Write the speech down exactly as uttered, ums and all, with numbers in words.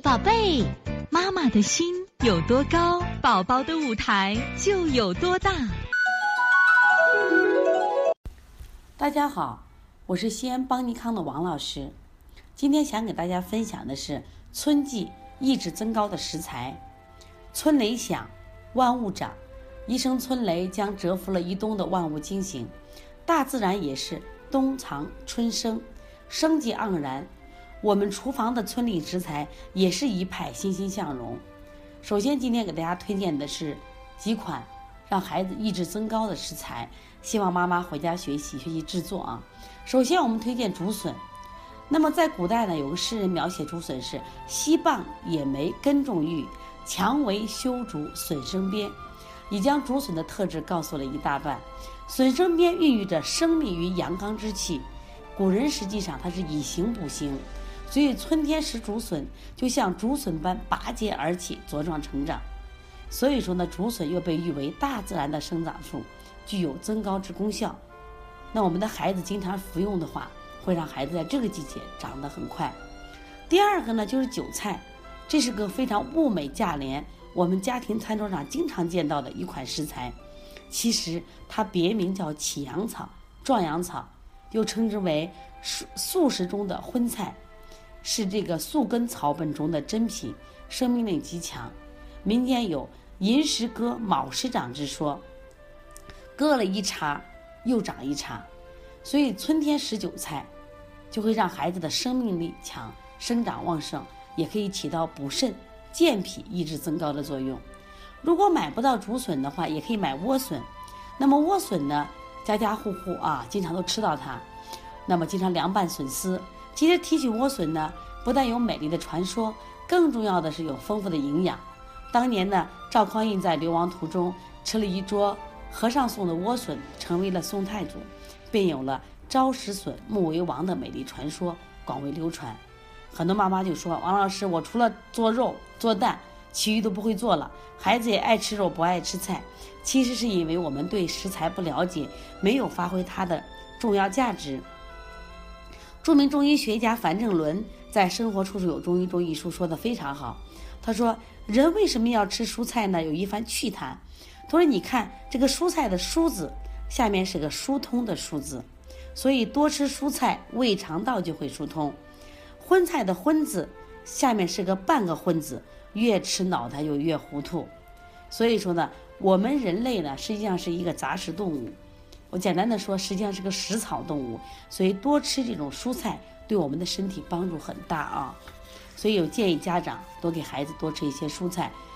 宝贝，妈妈的心有多高，宝宝的舞台就有多大。 大家好，我是西安邦尼康的王老师。今天想给大家分享的是春季益智增高的食材。春雷响，万物长，一声春雷将蛰伏了一冬的万物惊醒。大自然也是冬藏春生，生机盎然。我们厨房的春丽食材也是一派欣欣向荣。首先今天给大家推荐的是几款让孩子益智增高的食材，希望妈妈回家学习学习制作啊。首先我们推荐竹笋。那么在古代呢，有个诗人描写竹笋是溪傍野梅根种玉，蔷薇修竹笋生边，已将竹笋的特质告诉了一大半。笋生边孕育着生命与阳刚之气，古人实际上它是以形补形，所以春天食竹笋就像竹笋般拔节而起，茁壮成长。所以说呢，竹笋又被誉为大自然的生长树，具有增高之功效。那我们的孩子经常服用的话，会让孩子在这个季节长得很快。第二个呢，就是韭菜，这是个非常物美价廉，我们家庭餐桌上经常见到的一款食材。其实它别名叫起阳草、壮阳草，又称之为素食中的荤菜，是这个宿根草本中的珍品，生命力极强。民间有寅时割卯时长之说，割了一茬又长一茬，所以春天食韭菜就会让孩子的生命力强，生长旺盛，也可以起到补肾健脾益智增高的作用。如果买不到竹笋的话，也可以买莴笋。那么莴笋呢，家家户户啊经常都吃到它，那么经常凉拌笋丝。其实提取莴笋呢，不但有美丽的传说，更重要的是有丰富的营养。当年呢，赵匡胤在流亡途中吃了一桌和尚送的莴笋，成为了宋太祖，便有了朝食笋暮为王的美丽传说，广为流传。很多妈妈就说，王老师，我除了做肉做蛋，其余都不会做了，孩子也爱吃肉不爱吃菜。其实是因为我们对食材不了解，没有发挥它的重要价值。著名中医学家樊正伦在《生活处处有中医》中一书说得非常好。他说，人为什么要吃蔬菜呢？有一番趣谈。他说，你看这个蔬菜的蔬字下面是个疏通的疏字，所以多吃蔬菜，胃肠道就会疏通。荤菜的荤字下面是个半个荤字，越吃脑袋就越糊涂。所以说呢，我们人类呢实际上是一个杂食动物，我简单的说，实际上是个食草动物，所以多吃这种蔬菜对我们的身体帮助很大啊。所以有建议家长多给孩子多吃一些蔬菜，